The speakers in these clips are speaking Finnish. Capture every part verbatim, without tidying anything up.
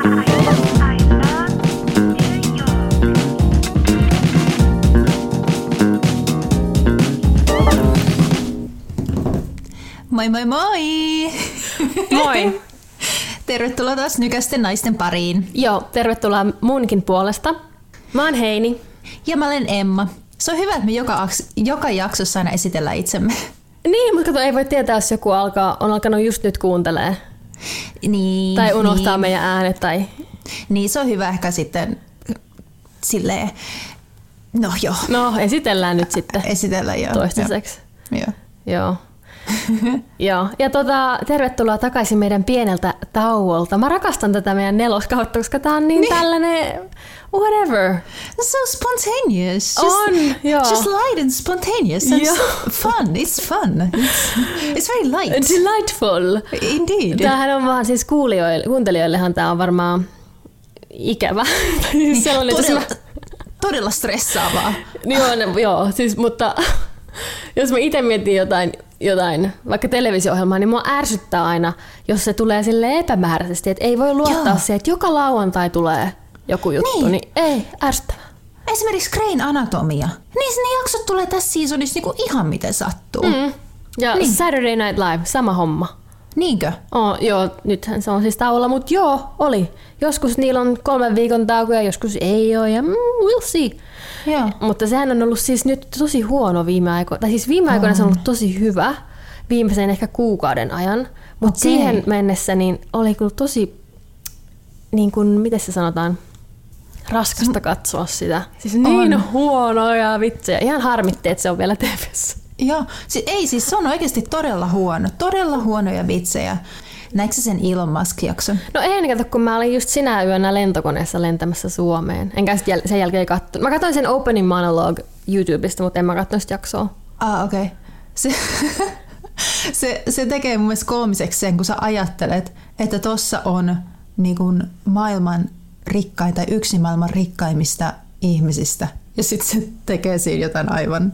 Moi moi moi! Moi! Tervetuloa taas Nykästen naisten pariin. Joo, tervetuloa munkin puolesta. Mä oon Heini. Ja mä olen Emma. Se on hyvä, että me joka, joka jaksossa aina esitellään itsemme. Niin, mutta kato, ei voi tietää, jos joku alkaa, on alkanut just nyt kuuntelee. Niin, tai unohtaa niin. meidän äänet. Tai... Niin, se on hyvä ehkä sitten silleen, no joo. No, esitellään nyt sitten. Esitellään joo. Toistaiseksi. Joo. Joo. Joo. Ja tota, tervetuloa takaisin meidän pieneltä tauolta. Mä rakastan tätä meidän neloskautta, koska tää on niin, niin. tällainen whatever. So spontaneous. Just, on, joo. Just light and spontaneous and so fun. It's fun. It's, it's very light. Delightful. Indeed. Tämähän on vaan siis kuulijoille, kuuntelijoillehan tää on varmaan ikävä. Niin, sellainen, todella, mä... todella stressaavaa. joo, joo, siis, mutta jos mä itse mietin jotain, jotain, vaikka televisio-ohjelmaa, niin mua ärsyttää aina, jos se tulee sille epämääräisesti, että ei voi luottaa joo. siihen, että joka lauantai tulee joku juttu, niin, niin ei, ärsyttävää. Esimerkiksi Grain Anatomia. Niin ne jaksot tulee tässä seasonissa niinku ihan miten sattuu. Mm. Ja niin. Saturday Night Live, sama homma. Niinkö? Oh, joo, nythän se on siis tauolla, mutta joo, oli. Joskus niillä on kolmen viikon taukoja, joskus ei ole, ja mm, we'll see. Joo. Mutta sehän on ollut siis nyt tosi huono viime aikoina. Tai siis viime aikoina oh. se on ollut tosi hyvä, viimeisen ehkä kuukauden ajan. Mutta okay. siihen mennessä niin oli kyllä tosi, niin kuin, miten se sanotaan, raskasta katsoa sitä. Siis niin on. Huonoja vitsejä. Ihan harmitti, että se on vielä T V:ssä. Joo, siis, ei siis se on oikeasti todella huono. Todella huonoja vitsejä. Näetkö sen Elon Musk-jakson? No en kato, kun mä olin just sinä yönä lentokoneessa lentämässä Suomeen. Enkä sen jälkeen katso. Mä katsoin sen opening monologue YouTubesta, mutta en mä katsonut sitä jaksoa. Ah, okei. Okay. Se, se, se tekee mun mielestä koomiseksi sen, kun sä ajattelet, että tossa on niin kuin maailman rikkain tai yksi maailman rikkaimmista ihmisistä. Ja sitten se tekee siinä jotain aivan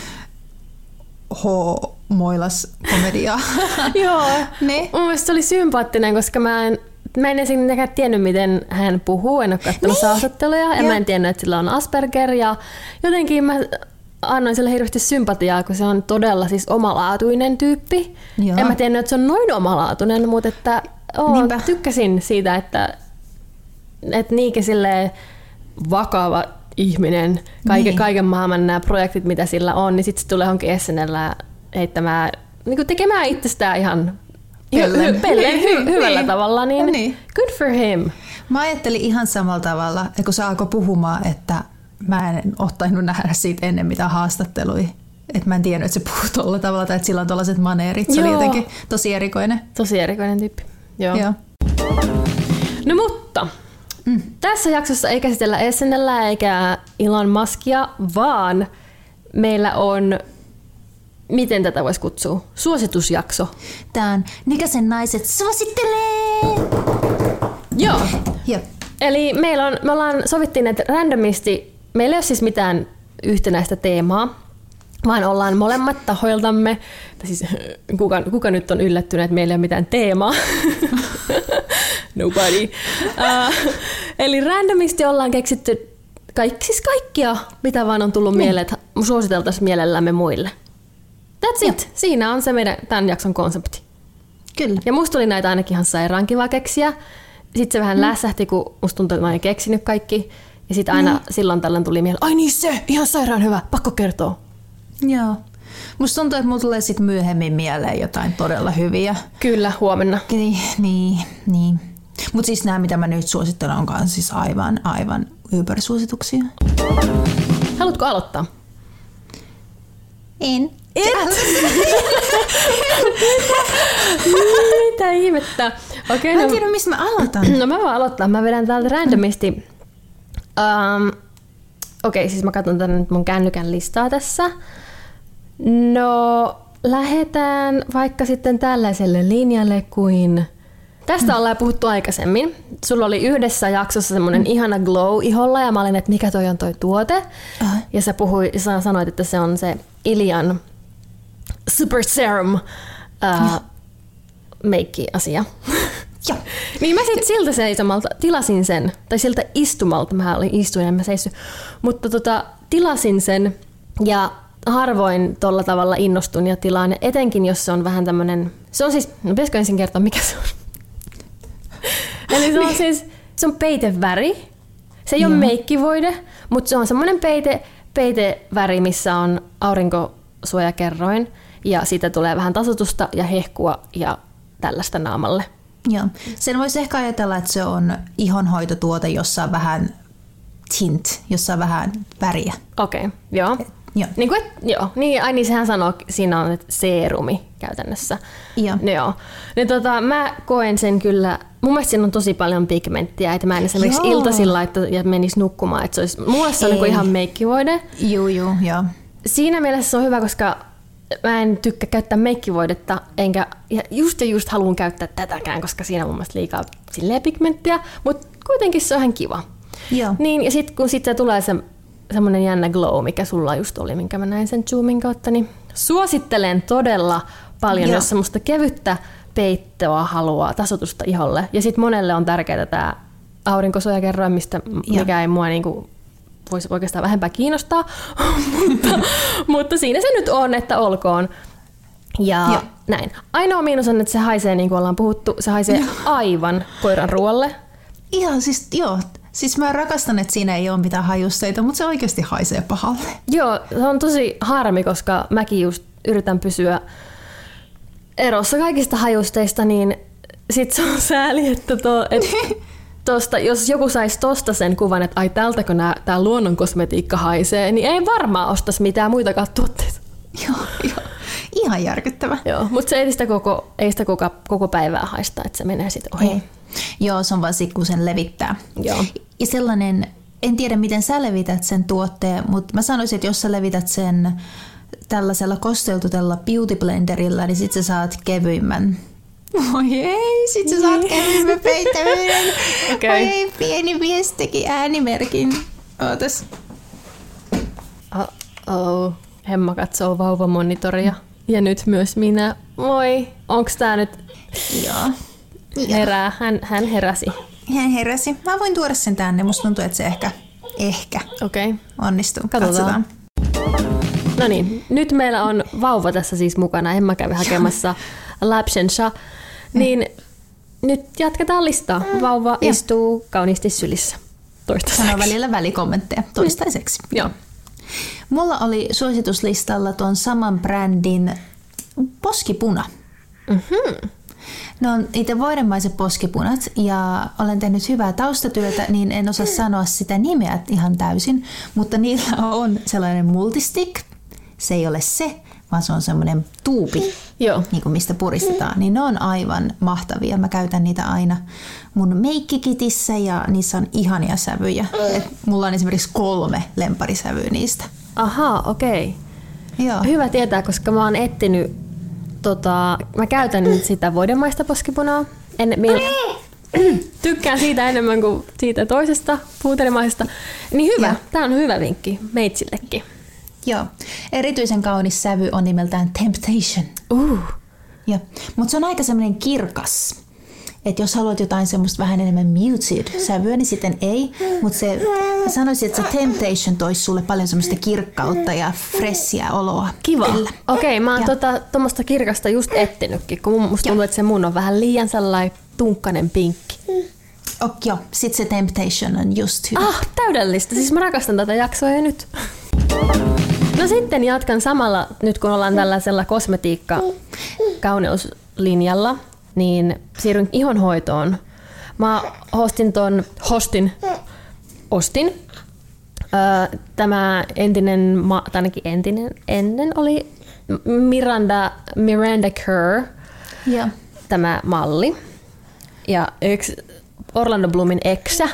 ho-moilas komediaa. Joo, niin. Mun mielestä se oli sympaattinen, koska mä en, mä en ensinnäkään tiennyt, miten hän puhuu. En ole katsonut niin. haastatteluja ja, ja mä en tiennyt, että sillä on Asperger. Ja jotenkin mä annoin sille hirveästi sympatiaa, kun se on todella siis omalaatuinen tyyppi. Joo. En mä tiennyt, että se on noin omalaatuinen, mutta että, oo, tykkäsin siitä, että, että niinkin silleen vakava ihminen, kaiken, niin. kaiken maailman nämä projektit, mitä sillä on, niin sitten se tulee johonkin S N L heittämään, niin tekemään itsestään ihan pellen, hy, pellen hy, hy, hyvällä niin. tavalla, niin, niin good for him. Mä ajattelin ihan samalla tavalla, kun se alkoi puhumaan, että mä en ottanut nähdä siitä ennen mitään haastatteluja. Että mä en tiennyt, että se puhuu tolla tavalla tai että sillä on tollaiset maneerit. Se Joo. oli jotenkin tosi erikoinen. Tosi erikoinen tyyppi. Joo. Joo. No mutta... Mm. Tässä jaksossa ei käsitellä S N L eikä Elon Muskia, vaan meillä on, miten tätä voisi kutsua, suositusjakso. Tää on Nykäsen naiset suosittelee! Joo. Jep. Eli meillä on, me ollaan sovittiin, että randomisti, meillä ei ole siis mitään yhtenäistä teemaa, vaan ollaan molemmat tahoiltamme, siis kuka, kuka nyt on yllättynyt, että meillä ei ole mitään teemaa. Nobody. Uh, eli randomisti ollaan keksitty kaikki, siis kaikkia, mitä vaan on tullut mieleen, että suositeltaisiin mielellämme muille. That's it. Ja. Siinä on se meidän tämän jakson konsepti. Kyllä. Ja musta tuli näitä ainakin ihan sairaan kiva keksiä. Sitten se vähän mm. lässähti, kun musta tuntui, että mä en keksinyt kaikki. Ja sitten aina mm. silloin tällöin tuli mieleen, ai niin se, ihan sairaan hyvä, pakko kertoa. Joo. Musta tuntuu, että mulla tulee sit myöhemmin mieleen jotain todella hyviä. Kyllä, huomenna. Niin, niin. niin. Mutta siis nämä, mitä mä nyt suosittelen, on kanssa siis aivan, aivan ybersuosituksia. Haluatko aloittaa? En. Et? Mitä ihmettä? Okay, mä en no, tiedä, missä mä aloitan. No mä voin aloittaa. Mä vedän täältä randomisti. Um, Okei, okay, siis mä katson tänne nyt mun kännykän listaa tässä. No, lähdetään vaikka sitten tällaiselle linjalle kuin... Tästä mm. ollaan puhuttu aikaisemmin. Sulla oli yhdessä jaksossa semmoinen mm. ihana glow iholla ja mä olin, että mikä toi on toi tuote. Uh-huh. Ja sä, puhui, sä sanoit, että se on se Ilian Super Serum uh, meikki-asia. Joo. Niin mä sit siltä seisomalta tilasin sen, tai siltä istumalta, mä olin istuin ja mä seisy, mutta tota, tilasin sen ja harvoin tolla tavalla innostun ja tilaan, etenkin jos se on vähän tämmönen, se on siis, no pitäisikö ensin kertoa mikä se on? Eli se on siis, se on peiteväri, se ei Joo. ole meikkivoide, mutta se on semmoinen peite, peiteväri, missä on aurinkosuojakerroin ja siitä tulee vähän tasotusta ja hehkua ja tällaista naamalle. Joo. Sen voisi ehkä ajatella, että se on ihonhoitotuote, jossa on vähän tint, jossa on vähän väriä. Okei, okay, joo. Et, joo. Niin kuin, et, joo. Niin, ai niin sehän sanoo, siinä on että seerumi käytännössä. Joo. No, joo. Niin, tota, mä koen sen kyllä, mun mielestä siinä on tosi paljon pigmenttiä, että mä en esimerkiksi joo. iltasilla että, ja menis nukkumaan, että se olisi, mulle se on niin ihan meikkivoide. Juu, juu, joo. Siinä mielessä se on hyvä, koska mä en tykkää käyttää meikkivoidetta, enkä ja just ja just haluan käyttää tätäkään, koska siinä on mun mielestä liikaa silleen pigmenttiä, mutta kuitenkin se on ihan kiva. Joo. Niin, ja sitten kun sit se tulee se semmoinen jännä glow, mikä sulla just oli, minkä mä näin sen zoomin kautta, niin suosittelen todella paljon, Joo. jos semmoista kevyttä peittoa haluaa, tasotusta iholle. Ja sitten monelle on tärkeää tämä aurinkosuojakerroin, mistä Joo. mikä ei mua niinku voisi oikeastaan vähempää kiinnostaa, mutta, mutta siinä se nyt on, että olkoon. Ja Joo. näin. Ainoa miinus on, että se haisee, niin kuin ollaan puhuttu, se haisee aivan koiran ruoalle. Ihan siis, joo. Siis mä rakastan, että siinä ei ole mitään hajusteita, mutta se oikeasti haisee pahalle. Joo, se on tosi harmi, koska mäkin just yritän pysyä erossa kaikista hajusteista, niin sit se on sääli, että, to, että tosta, jos joku saisi tosta sen kuvan, että ai tältäkö tämä luonnon kosmetiikka haisee, niin ei varmaan ostaisi mitään muitakaan tuotteita. Joo, joo. Ihan järkyttävä. Joo, mutta se ei sitä koko, ei sitä koko, koko päivää haista, että se menee sitten ohi. Ei. Joo, se on vaan sit, kun sen levittää. Joo. Ja sellainen, en tiedä miten sä levität sen tuotteen, mutta mä sanoisin, että jos sä levität sen tällaisella kosteututella beauty blenderillä, niin sit sä saat kevyimmän. Oi ei, sit sä saat kevyimmän peittäminen. Okay. Oi ei, pieni mies teki äänimerkin. Ootas. Oh-oh. Hemma katsoo vauvamonitoria. Ja nyt myös minä. Moi, onks tää nyt... Joo. Herää, hän, hän heräsi. Hän heräsi. Mä voin tuoda sen tänne. Musta tuntuu, että se ehkä, ehkä okay. onnistuu. Katsotaan. No niin, nyt meillä on vauva tässä siis mukana. Emma kävi hakemassa Lapshensha. Niin nyt jatketaan listaa. Vauva ja. istuu kauniisti sylissä. Toistaiseksi. Sano välillä välikommentteja. Toistaiseksi. Mm. Joo. Mulla oli suosituslistalla tuon saman brändin poskipuna. Mm-hmm. Ne on itse voidemaiset poskipunat ja olen tehnyt hyvää taustatyötä, niin en osaa sanoa sitä nimeä ihan täysin, mutta niillä on sellainen multistick. Se ei ole se, vaan se on semmoinen tuubi, Joo. Niin kuin mistä puristetaan. Niin ne on aivan mahtavia. Mä käytän niitä aina mun meikkikitissä ja niissä on ihania sävyjä. Et mulla on esimerkiksi kolme lemparisävyä niistä. Ahaa, okei. Okay. Hyvä tietää, koska mä oon etsinyt Tota, mä käytän nyt sitä voidemaista poskipunaa. En, mil, tykkään siitä enemmän kuin siitä toisesta puuterimaisesta. Niin hyvä, ja. Tää on hyvä vinkki meitsillekin. Joo, erityisen kaunis sävy on nimeltään Temptation. Uh. Mutta se on aika semmoinen kirkas. Että jos haluat jotain semmoista vähän enemmän muted sävyä, niin sitten ei. Mutta se, mä sanoisin, että se Temptation toisi sulle paljon semmoista kirkkautta ja freshia oloa. Kiva. Okei, okay, mä oon tota, tuommoista kirkasta just etsinytkin, kun musta tuntuu, että se mun on vähän liian sellainen tunkkainen pinkki. Ok, joo, sit se Temptation on just hyvä. Ah, täydellistä. Siis mä rakastan tätä jaksoa jo nyt. No sitten jatkan samalla, nyt kun ollaan tällaisella kosmetiikka-kauneuslinjalla, niin siirryn ihonhoitoon. Mä hostin ton, hostin, ostin. Öö, tämä entinen, tai ainakin entinen, ennen oli Miranda, Miranda Kerr, yeah. Tämä malli. Ja yksi Orlando Bloomin eksä.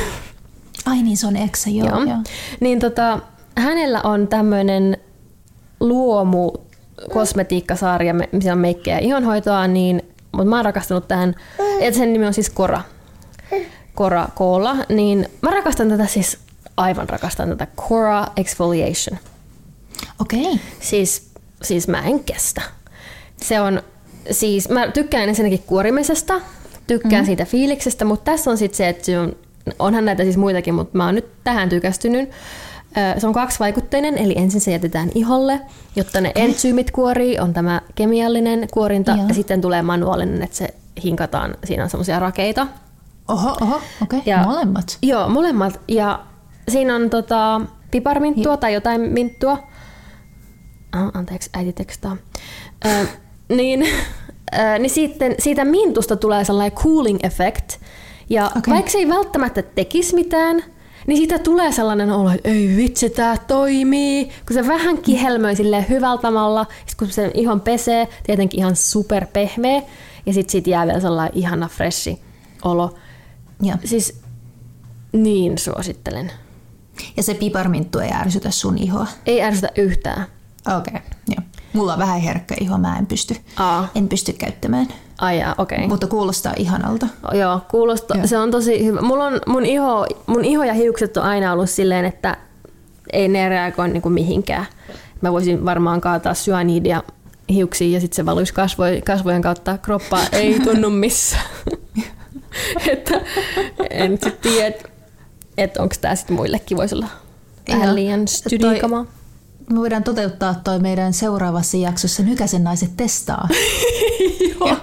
Ai niin, se on eksä, joo. joo. joo. Niin tota, hänellä on tämmöinen luomu kosmetiikkasarja, missä on meikkejä ja ihonhoitoa, niin mutta mä oon rakastanut tähän, että sen nimi on siis Kora, Kora Cola, niin mä rakastan tätä siis, aivan rakastan tätä Kora Exfoliation. Okei. Okay. Siis, siis mä en kestä. Se on, siis mä tykkään ensinnäkin kuorimisesta, tykkään mm-hmm. siitä fiiliksestä, mutta tässä on sitten se, että se on, onhan näitä siis muitakin, mutta mä oon nyt tähän tykästynyt. Se on kaksivaikutteinen, eli ensin se jätetään iholle, jotta ne entsyymit kuorii, on tämä kemiallinen kuorinta, Joo. ja sitten tulee manuaalinen, että se hinkataan, siinä on semmoisia rakeita. Oho, oho, okei, okay. molemmat. Joo, molemmat. Ja siinä on tota, piparminttua ja. tai jotain minttua. Oh, anteeksi, äiti tekstaa. Ö, niin, ö, niin sitten siitä mintusta tulee sellainen cooling effect. Ja okay. vaikka se ei välttämättä tekisi mitään, niin siitä tulee sellainen olo, että ei vitsi, tää toimii. Kun se vähän kihelmöi silleen hyvältämalla, kun se ihon pesee, tietenkin ihan super pehmeä. Ja sitten siitä jää vielä sellainen ihana freshi olo. Ja. Siis niin suosittelen. Ja se piparminttu ei ärsytä sun ihoa? Ei ärsytä yhtään. Okei, okay, joo. Mulla on vähän herkkä iho, mä en pysty, Aa. en pysty käyttämään. Ai jaa, okei. Okay. Mutta kuulostaa ihanalta. Joo, kuulostaa. Joo. Se on tosi hyvä. Mulla on, mun, iho, mun iho ja hiukset on aina ollut silleen, että ei ne reagoi niinku mihinkään. Mä voisin varmaan kaataa syaniidia hiuksiin ja sitten se valuisi kasvojen, kasvojen kautta kroppaa. Ei tunnu missään. Että en sitten tiedä, että onko tämä sitten muillekin voisi olla vähän liian stydikamaa. Me voidaan toteuttaa toi meidän seuraavassa jaksossa Nykäsen naiset testaa. Joo.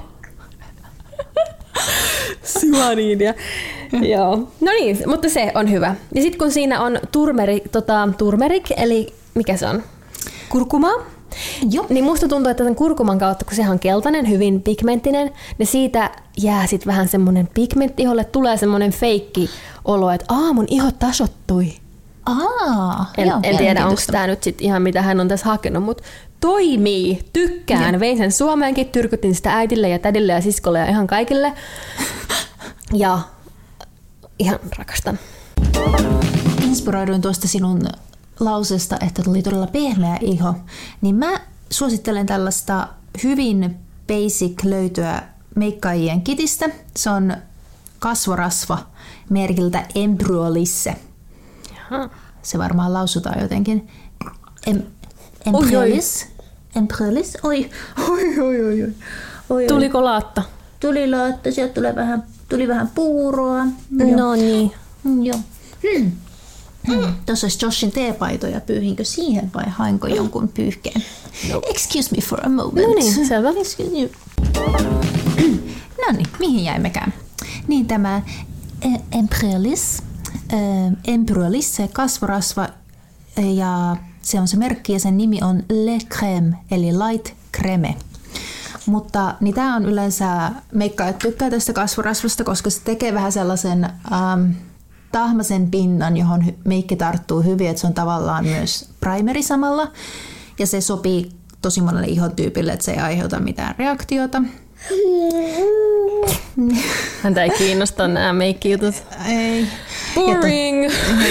Syaniidia. Joo. No niin, mutta se on hyvä. Ja sitten kun siinä on turmeri, tota, turmerik, eli mikä se on? Kurkuma. Joo. Niin musta tuntuu, että tämän kurkuman kautta, kun sehän on keltainen, hyvin pigmenttinen, niin siitä jää sitten vähän semmoinen pigmentti iholle, tulee semmoinen feikki olo, että aa, mun iho tasottui. Aa, en, joo, en tiedä, onko tämä nyt sit ihan mitä hän on tässä hakenut, mutta toimii, tykkään. Ja. Vein sen Suomeenkin, tyrkytin sitä äitille ja tädille ja siskolle ja ihan kaikille. Ja ihan rakastan. Inspiroiduin tuosta sinun lauseesta, että tuli todella pehmeä iho, niin mä suosittelen tällaista hyvin basic löytyä meikkaajien kitistä. Se on kasvorasva merkiltä Embryolisse. Jaha. Se varmaan lausutaan jotenkin. Em, Embryolisse. Embryolisse. Oi, oi, oi, oi, oi. Tuliko laatta? Tuli laatta, sieltä tuli vähän, tuli vähän puuroa. No niin. Joo. Hmm. Hmm. Tuossa olisi Joshin teepaitoja, pyyhinkö siihen vai hainko jonkun pyyhkeen? Nope. Excuse me for a moment. No niin, selvä. No niin, mihin jäimmekään? Niin tämä Embryolisse, Embryolisse kasvorasva, ja se on se merkki ja sen nimi on Le Crème, eli Light Creme. Mutta niin tämä on yleensä, meikkaajat tykkää tästä kasvorasvasta, koska se tekee vähän sellaisen ähm, tahmaisen pinnan, johon meikki tarttuu hyvin, että se on tavallaan myös primeri samalla. Ja se sopii tosi monelle ihotyypille, että se ei aiheuta mitään reaktiota. Häntä ei kiinnosta nämä meikkijutut. Ei. Boring!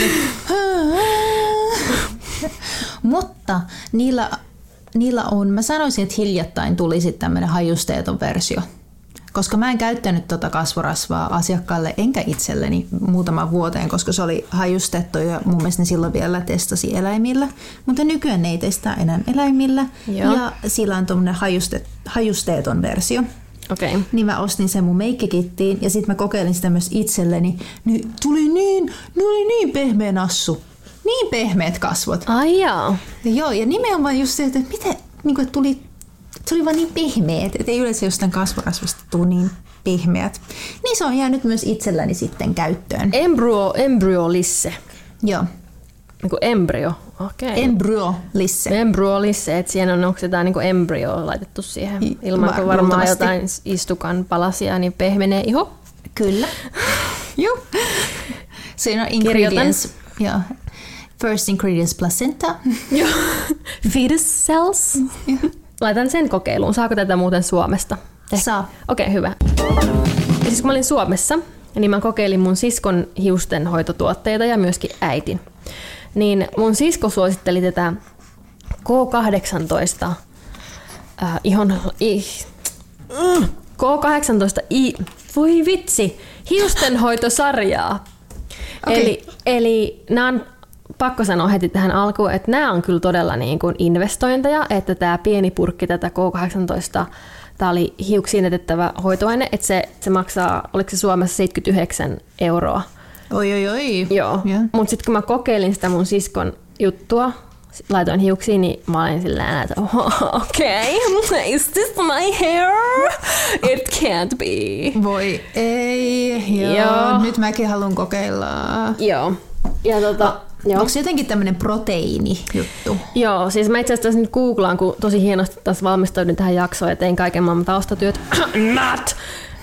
Mutta niillä, niillä on, mä sanoisin, että hiljattain tuli sitten tämmöinen hajusteeton versio. Koska mä en käyttänyt tota kasvorasvaa asiakkaalle enkä itselleni muutaman vuoteen, koska se oli hajustettu ja mun mielestä ne silloin vielä testasi eläimillä. Mutta nykyään ne ei testaa enää eläimillä. Joo. Ja sillä on tommoinen hajuste, hajusteeton versio. Okay. Niin mä ostin sen mun meikkikittiin ja sitten mä kokeilin sitä myös itselleni. Niin tuli niin, ne oli niin pehmeä nassu. Niin pehmeät kasvot. Ai jaa. Ja joo, ja nimenomaan just se, että miten niin kuin, tuli, se oli vaan niin pehmeät, että ei yleensä jostain kasvorasvasta tule niin pehmeät. Niin se on jäänyt myös itselläni sitten käyttöön. Embryo, embryolisse. Joo. Niin kuin embryo. Okei. Embryolisse. Embryolisse, että siihen on, onko jotain niin kuin embryo laitettu siihen ilman, kun varmaan jotain istukan palasia, niin pehmenee iho. Kyllä. Joo. Siinä on ingredients. Joo. First ingredients placenta. Joo. Fetus cells. Laitan sen kokeiluun. Saako tätä muuten Suomesta? Eh. Saa. Okei, okay, hyvä. Ja siis kun mä olin Suomessa, niin mä kokeilin mun siskon hiustenhoitotuotteita ja myöskin äitin. Niin mun sisko suositteli tätä K kahdeksantoista äh, ihon... I, mm, K kahdeksantoista I... Voi vitsi! Hiustenhoitosarjaa. Okay. Eli, eli nämä on, pakko sanoa heti tähän alkuun, että nämä on kyllä todella niin kuin investointeja, että tämä pieni purkki tätä K kahdeksantoista tää oli hiuksiin jätettävä hoitoaine, että se, se maksaa, oliko se Suomessa seitsemänkymmentäyhdeksän euroa. Oi, oi, oi. Joo, yeah. Mutta sitten kun mä kokeilin sitä mun siskon juttua, laitoin hiuksiin, niin mä olin silleen, että okei, okay, is this my hair? It can't be. Voi ei, joo. joo. Nyt mäkin haluan kokeilla. Joo. Ja tota, Joo. Onko se jotenkin tämmöinen proteiini-juttu? Joo, siis mä itse asiassa nyt googlaan, kun tosi hienosti taas valmistuin tähän jaksoon ja tein kaiken maailman taustatyöt. Not!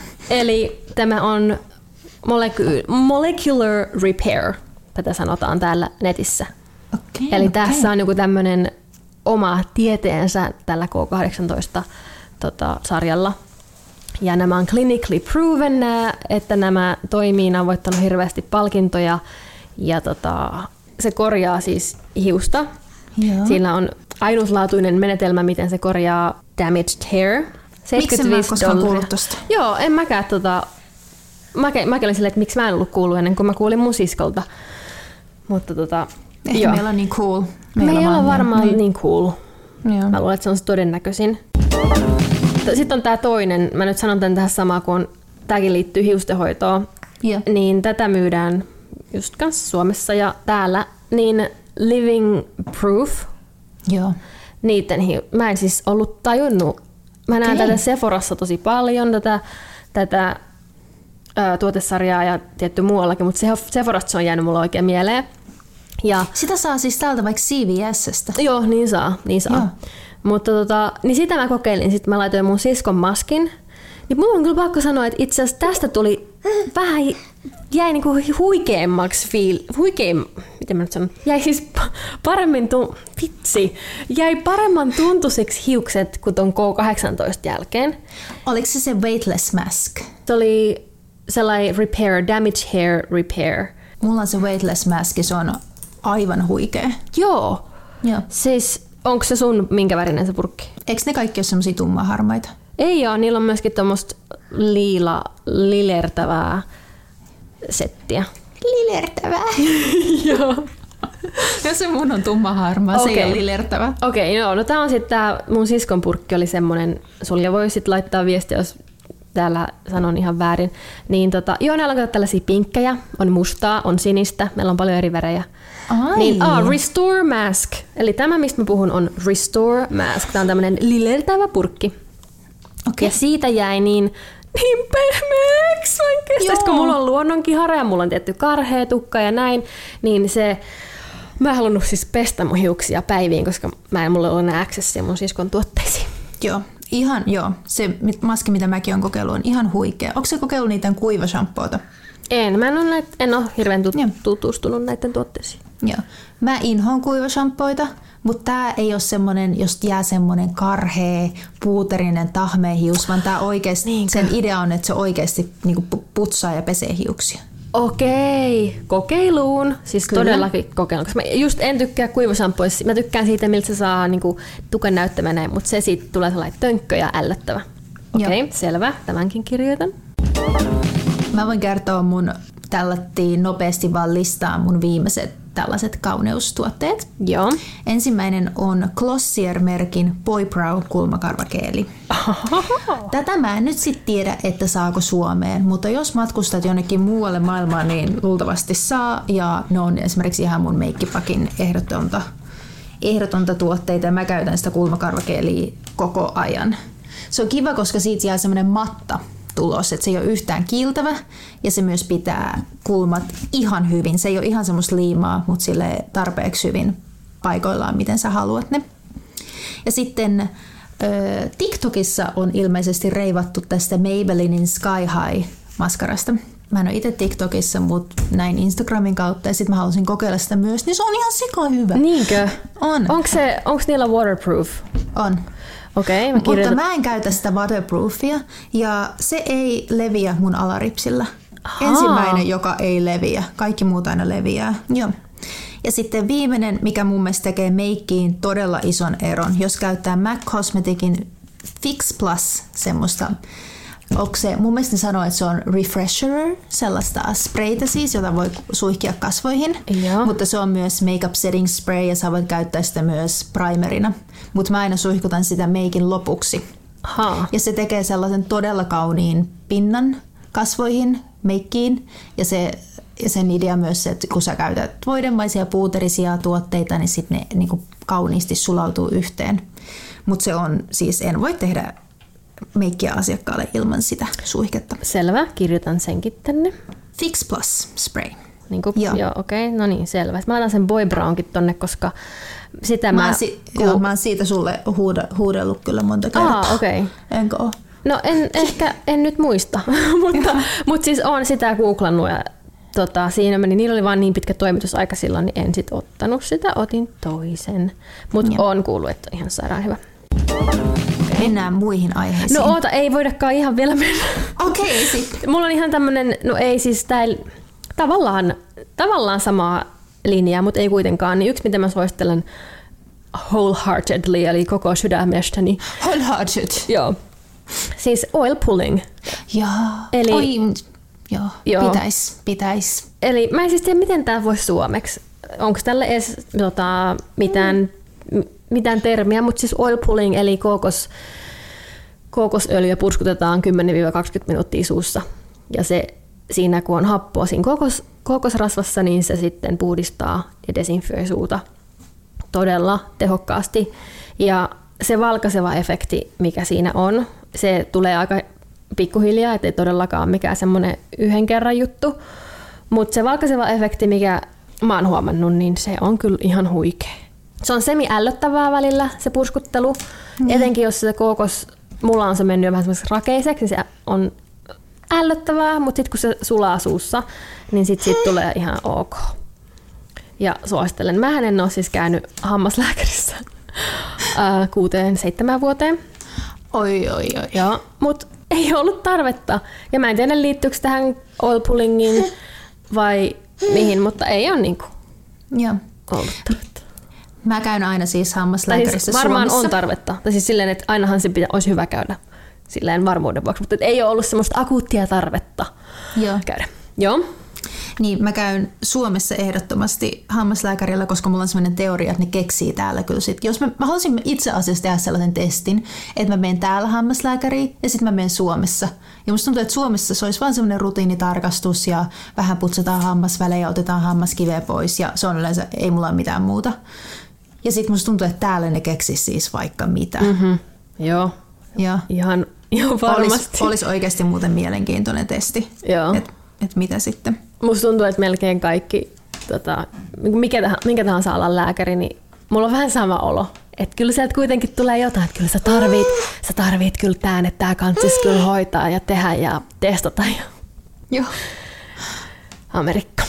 Eli tämä on molecu- molecular repair, tätä sanotaan täällä netissä. Okay, Eli okay. tässä on joku tämmöinen oma tieteensä tällä K kahdeksantoista tota, sarjalla. Ja nämä on clinically proven, että nämä toimii, nämä on voittanut hirveästi palkintoja. Ja tota, se korjaa siis hiusta. Joo. Siinä on ainutlaatuinen menetelmä, miten se korjaa damaged hair. Miksi mä koskaan kuullut tosta? Joo, en mäkään. Tota, mäkin, mäkin olin silleen, että miksi mä en ollut kuullut ennen kuin mä kuulin mun siskolta. Mutta tota, ehkä joo. meillä on niin cool. Meillä, meillä on varmaan niin, niin cool. Joo. Mä luulen, että se on se todennäköisin. Sitten on tää toinen. Mä nyt sanon tän tähän samaan, kun tääkin liittyy hiustenhoitoon. Yeah. Niin tätä myydään just kanssa Suomessa ja täällä, niin Living Proof. Joo. Niiden hi- mä en siis ollut tajunnut. Mä näen okay. tätä Sephorassa tosi paljon, tätä, tätä ää, tuotesarjaa ja tietty muuallakin, mutta Sephorasta se on jäänyt mulle oikein mieleen. Ja sitä saa siis täältä vaikka C V S:stä. Joo, niin saa. Niin saa. Mutta tota, niin sitä mä kokeilin. Sitten mä laitoin mun siskon maskin. Niin mun on kyllä pakko sanoa, että itse asiassa tästä tuli vähän, jäi niinku huikeammaksi fiil, huikeam, miten mä nyt sanon, jäi siis paremmin, tu, vitsi, jäi paremman tuntuisiksi hiukset kuin ton K kahdeksantoista jälkeen. Oliko se se weightless mask? Se oli sellainen repair, damage hair repair. Mulla on se weightless mask, se on aivan huikea. Joo. Joo. Siis onko se sun minkä värinen se purkki? Eikö ne kaikki ole semmosia tummaharmaita? Ei oo, niillä on myöskin tommoista liila, lilertävää settiä. Lilertävää? Joo. Ja se mun on tummaharmaa, okay. Se ei ole lilertävä. Okei, okay, joo. No tää on sit tää mun siskon purkki oli semmonen, sulla voi sit laittaa viestiä, jos täällä sanon ihan väärin. Niin tota, joo, näillä on tällaisia pinkkejä, on mustaa, on sinistä, meillä on paljon eri värejä. Ai. Niin, ah, Restore Mask. Eli tämä, mistä mä puhun, on Restore Mask. Tää on tämmönen lilertävä purkki. Okay. Ja siitä jäi niin, niin pehmeäksi oikeastaan. Kun mulla on luonnonkihara ja mulla on tietty karhea tukka ja näin, niin se, mä en halunnut siis pestä mun hiuksia päiviin, koska mä en mulla ole enää accessia mun siskon tuotteisiin. Joo, ihan joo. Se maski, mitä mäkin olen kokeillut, on ihan huikea. Onko se kokeillut niitä kuivashampoota? En, mä en ole, näit, en ole hirveän tut- tutustunut näiden tuotteisiin. Joo. Mä inhoan kuivashampoita, mutta tää ei ole semmonen, jos jää semmonen karhea, puuterinen, tahmea hius, vaan tää oikeesti, Niinkö? Sen idea on, että se oikeesti niinku putsaa ja pesee hiuksia. Okei, kokeiluun. Siis Kyllä. todellakin kokeilun. Koska mä just en tykkää kuivashampoista. Mä tykkään siitä, miltä se saa niinku tuken näyttämään, mutta se siitä tulee sellainen tönkkö ja ällöttävä. Okei, okay, selvä. Tämänkin kirjoitan. Mä voin kertoa mun, tällattiin nopeasti vaan listaa mun viimeiset tällaiset kauneustuotteet. Joo. Ensimmäinen on Glossier-merkin Boy Brow kulmakarvakeeli. Tätä mä en nyt sit tiedä, että saako Suomeen, mutta jos matkustat jonnekin muualle maailmaan, niin luultavasti saa. Ja ne on esimerkiksi ihan mun meikkipakin ehdotonta, ehdotonta tuotteita ja mä käytän sitä kulmakarvakeeliä koko ajan. Se on kiva, koska siitä jää semmoinen matta tulos, että se ei ole yhtään kiiltävä ja se myös pitää kulmat ihan hyvin. Se ei ole ihan semmoista liimaa, mutta sille tarpeeksi hyvin paikoillaan, miten sä haluat ne. Ja sitten äh, TikTokissa on ilmeisesti reivattu tästä Maybellinin Sky High maskarasta. Mä en ole itse TikTokissa, mutta näin Instagramin kautta ja sitten mä halusin kokeilla sitä myös, niin se on ihan sika hyvä. Niinkö? On. Onko se, onko niillä waterproof? On. Okei, mä Mutta mä en käytä sitä waterproofia ja se ei leviä mun alaripsillä. Aha. Ensimmäinen, joka ei leviä. Kaikki muut aina leviää. Joo. Ja sitten viimeinen, mikä mun mielestä tekee meikkiin todella ison eron. Jos käyttää MAC Cosmeticin Fix Plus semmoista, onko se, mun mielestä ne sanoo, että se on refresher, sellaista sprayta siis, jota voi suihkia kasvoihin. Joo. Mutta se on myös makeup setting spray ja sä voit käyttää sitä myös primerina. Mutta mä aina suihkutan sitä meikin lopuksi. Aha. Ja se tekee sellaisen todella kauniin pinnan kasvoihin, meikkiin. Ja, se, ja sen idea myös se, että kun sä käytät voidenmaisia puuterisia tuotteita, niin sitten ne niin kuin kauniisti sulautuu yhteen. Mutta se on siis, en voi tehdä meikkiä asiakkaalle ilman sitä suihketta. Selvä, kirjoitan senkin tänne. Fix Plus Spray. Niin kuin, joo, joo okei, okay, no niin, selvä. Mä laitan sen Boy Brownkin tonne, koska sitä mä... Mä, si- ku... joo, mä oon siitä sulle huuda, huudellut kyllä monta kertaa. Aa, okei. Okay. Enkö oo? No en, ehkä en nyt muista, mutta, mutta siis oon sitä googlannut ja tota, siinä meni, niillä oli vaan niin pitkä toimitusaika silloin, niin en sit ottanut sitä, otin toisen. Mutta oon kuullut, että on ihan sairaan hyvä. Mennään muihin aiheisiin. No oota, ei voidakaan ihan vielä mennä. Okei, okay, sitten. Mulla on ihan tämmönen, no ei siis tää, tavallaan, tavallaan samaa linjaa, mutta ei kuitenkaan. Niin yksi, mitä mä suosittelen wholeheartedly, eli koko sydämestäni. Wholehearted. Joo. Siis oil pulling. Joo. Eli, Oi, joo, joo. pitäis, pitäis. Eli mä en siis tiedä, miten tää voisi suomeksi. Onko tälle edes tota, mitään, mm. mitään termiä, mutta siis oil pulling, eli kookos, kookosöljyä purskutetaan kymmenen kaksikymmentä minuuttia suussa. Ja se siinä, kun on happoa siinä kookos, kookosrasvassa, niin se sitten puhdistaa ja desinfioi suuta todella tehokkaasti. Ja se valkaiseva efekti, mikä siinä on, se tulee aika pikkuhiljaa, ettei todellakaan mikään semmoinen yhden kerran juttu. Mutta se valkaiseva efekti, mikä mä oon huomannut, niin se on kyllä ihan huikea. Se on semi-ällöttävää välillä, se purskuttelu. Mm. Etenkin jos se kookos, mulla on se mennyt jo vähän semmoiseksi rakeiseksi, niin se on ällöttävää, mutta sitten kun se sulaa suussa, niin sitten siitä tulee ihan ok. Ja suosittelen. Mähän en ole siis käynyt hammaslääkärissä ää, kuuteen, seitsemään vuoteen. Oi, oi, oi. Joo, mutta ei ollut tarvetta. Ja mä en tiedä, liittyykö tähän oil pullingiin vai mihin, mutta ei ole niinku Joo. ollut tarvetta. Mä käyn aina siis hammaslääkärissä siis varmaan Suomessa. on tarvetta. Tai siis silleen, että ainahan se pitä, olisi hyvä käydä silleen varmuuden vuoksi, mutta ei ole ollut semmoista akuuttia tarvetta Joo. käydä. Joo. Niin, mä käyn Suomessa ehdottomasti hammaslääkärillä, koska mulla on sellainen teoria, että ne keksii täällä kyllä sit. Jos mä, mä haluaisin itse asiassa tehdä sellaisen testin, että mä menen täällä hammaslääkäriin ja sitten mä menen Suomessa. Ja musta tuntuu, että Suomessa se olisi vaan sellainen rutiinitarkastus ja vähän putsataan hammasvälejä, otetaan hammaskiveä pois ja se on yleensä, ei mulla ole mitään muuta. Ja sitten musta tuntuu, että täällä ne keksisi siis vaikka mitä. Mm-hmm. Joo, ja ihan, ihan varmasti. Olisi, olisi oikeasti muuten mielenkiintoinen testi, että et mitä sitten. Musta tuntuu, että melkein kaikki, tota, mikä, tahansa, minkä tahansa alan lääkäri, niin mulla on vähän sama olo. Että kyllä sieltä kuitenkin tulee jotain, että kyllä sä tarvit, sä tarvit kyllä tämän, että tää kantsis kyllä hoitaa ja tehdä ja testata. Ja... Joo. Amerikka.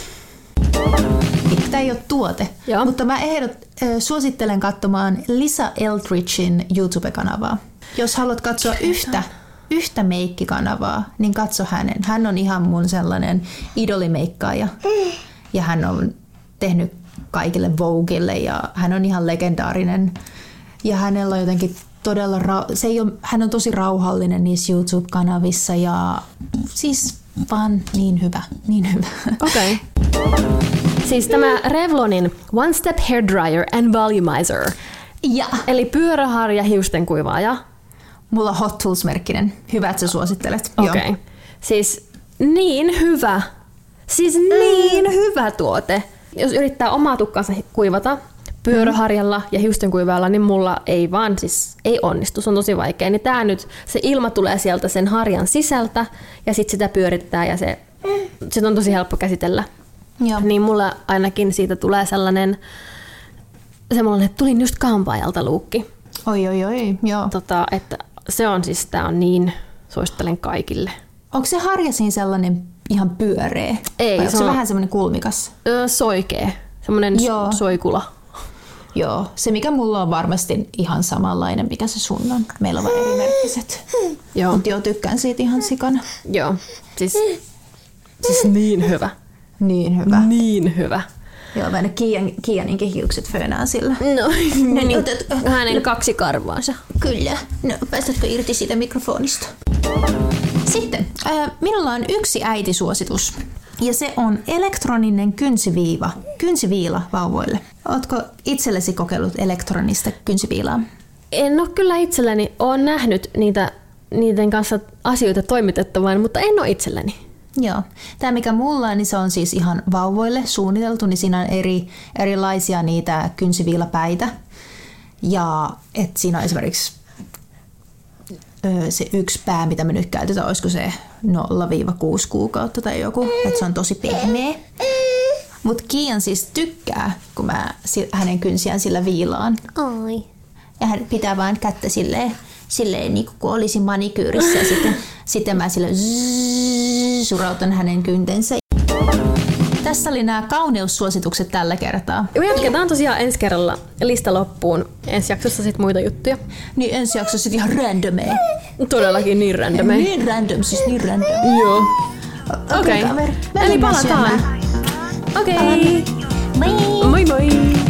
Tämä ei ole tuote, Joo. mutta mä ehdot, äh, suosittelen katsomaan Lisa Eldridgein YouTube-kanavaa. Jos haluat katsoa yhtä, yhtä meikkikanavaa, niin katso hänen. Hän on ihan mun sellainen idolimeikkaaja. Ja hän on tehnyt kaikille Voguelle ja hän on ihan legendaarinen. Ja hänellä on jotenkin todella, ra- se ei ole, hän on tosi rauhallinen niissä YouTube-kanavissa ja siis vaan niin hyvä, niin hyvä. Okei. Okay. Siis tämä Revlonin One Step Hair Dryer and Volumizer. Ja. Eli pyöräharja hiusten kuivaaja. Mulla on Hot Tools-merkkinen. Hyvä, että sä suosittelet. Okei. Okay. Siis niin hyvä. Siis niin mm. hyvä tuote. Jos yrittää omaa tukkansa kuivata pyöräharjalla ja hiusten kuivaajalla, niin mulla ei vaan siis ei onnistu. Se on tosi vaikea. Niin tää nyt, se ilma tulee sieltä sen harjan sisältä ja sitten sitä pyörittää ja se, sit on tosi helppo käsitellä. Joo. Niin mulla ainakin siitä tulee sellainen, semmoinen, että tulin just kampaajalta luukki. Oi, oi, oi, joo. Tota, että se on siis, tää on niin, suosittelen kaikille. Onko se harja siinä sellainen ihan pyöreä? Ei. Vai onko se, se on, vähän semmoinen kulmikas? Öö, soikee, semmoinen joo. soikula. Joo, se mikä mulla on varmasti ihan samanlainen, mikä se sun on. Meillä on vaan erimerkkiset. Joo. Mutta joo, tykkään siitä ihan sikana. Joo, siis, siis niin hyvä. Niin hyvä. Niin hyvä. Joo, mä aina Kiian, Kianinkin hiukset föönään sillä. No, no niin, otat, hänen kaksi karvaansa. Kyllä. No, päästätkö irti siitä mikrofonista? Sitten, äh, minulla on yksi äitisuositus. Ja se on elektroninen kynsiviiva, kynsiviila vauvoille. Ootko itsellesi kokeillut elektronista kynsiviilaa? en ole kyllä itselleni, olen nähnyt niitä, niiden kanssa asioita toimitettavan, mutta en ole itselleni. Joo. Tämä mikä mulla on, niin se on siis ihan vauvoille suunniteltu, niin siinä on eri, erilaisia niitä kynsiviilapäitä. Ja et siinä on esimerkiksi ö, se yksi pää, mitä me nyt käytetään, olisiko se nolla kuusi kuukautta tai joku, että se on tosi pehmeä. Mutta Kiian siis tykkää, kun mä hänen kynsiään sillä viilaan. Ai. Ja hän pitää vaan kättä silleen, silleen niin kuin olisi manikyyrissä ja sitten, sitten mä silleen zzz, surautan hänen kyntensä. Tässä oli nämä kauneussuositukset tällä kertaa. Me jatketaan tosiaan ensi kerralla lista loppuun. Ensi jaksossa sitten muita juttuja. Niin ensi jaksossa sitten ihan randomea. Todellakin niin randomea. Niin random, siis niin random. Joo. Okei. Okay. Eli palataan. Okei. Okay. Moi. Moi moi.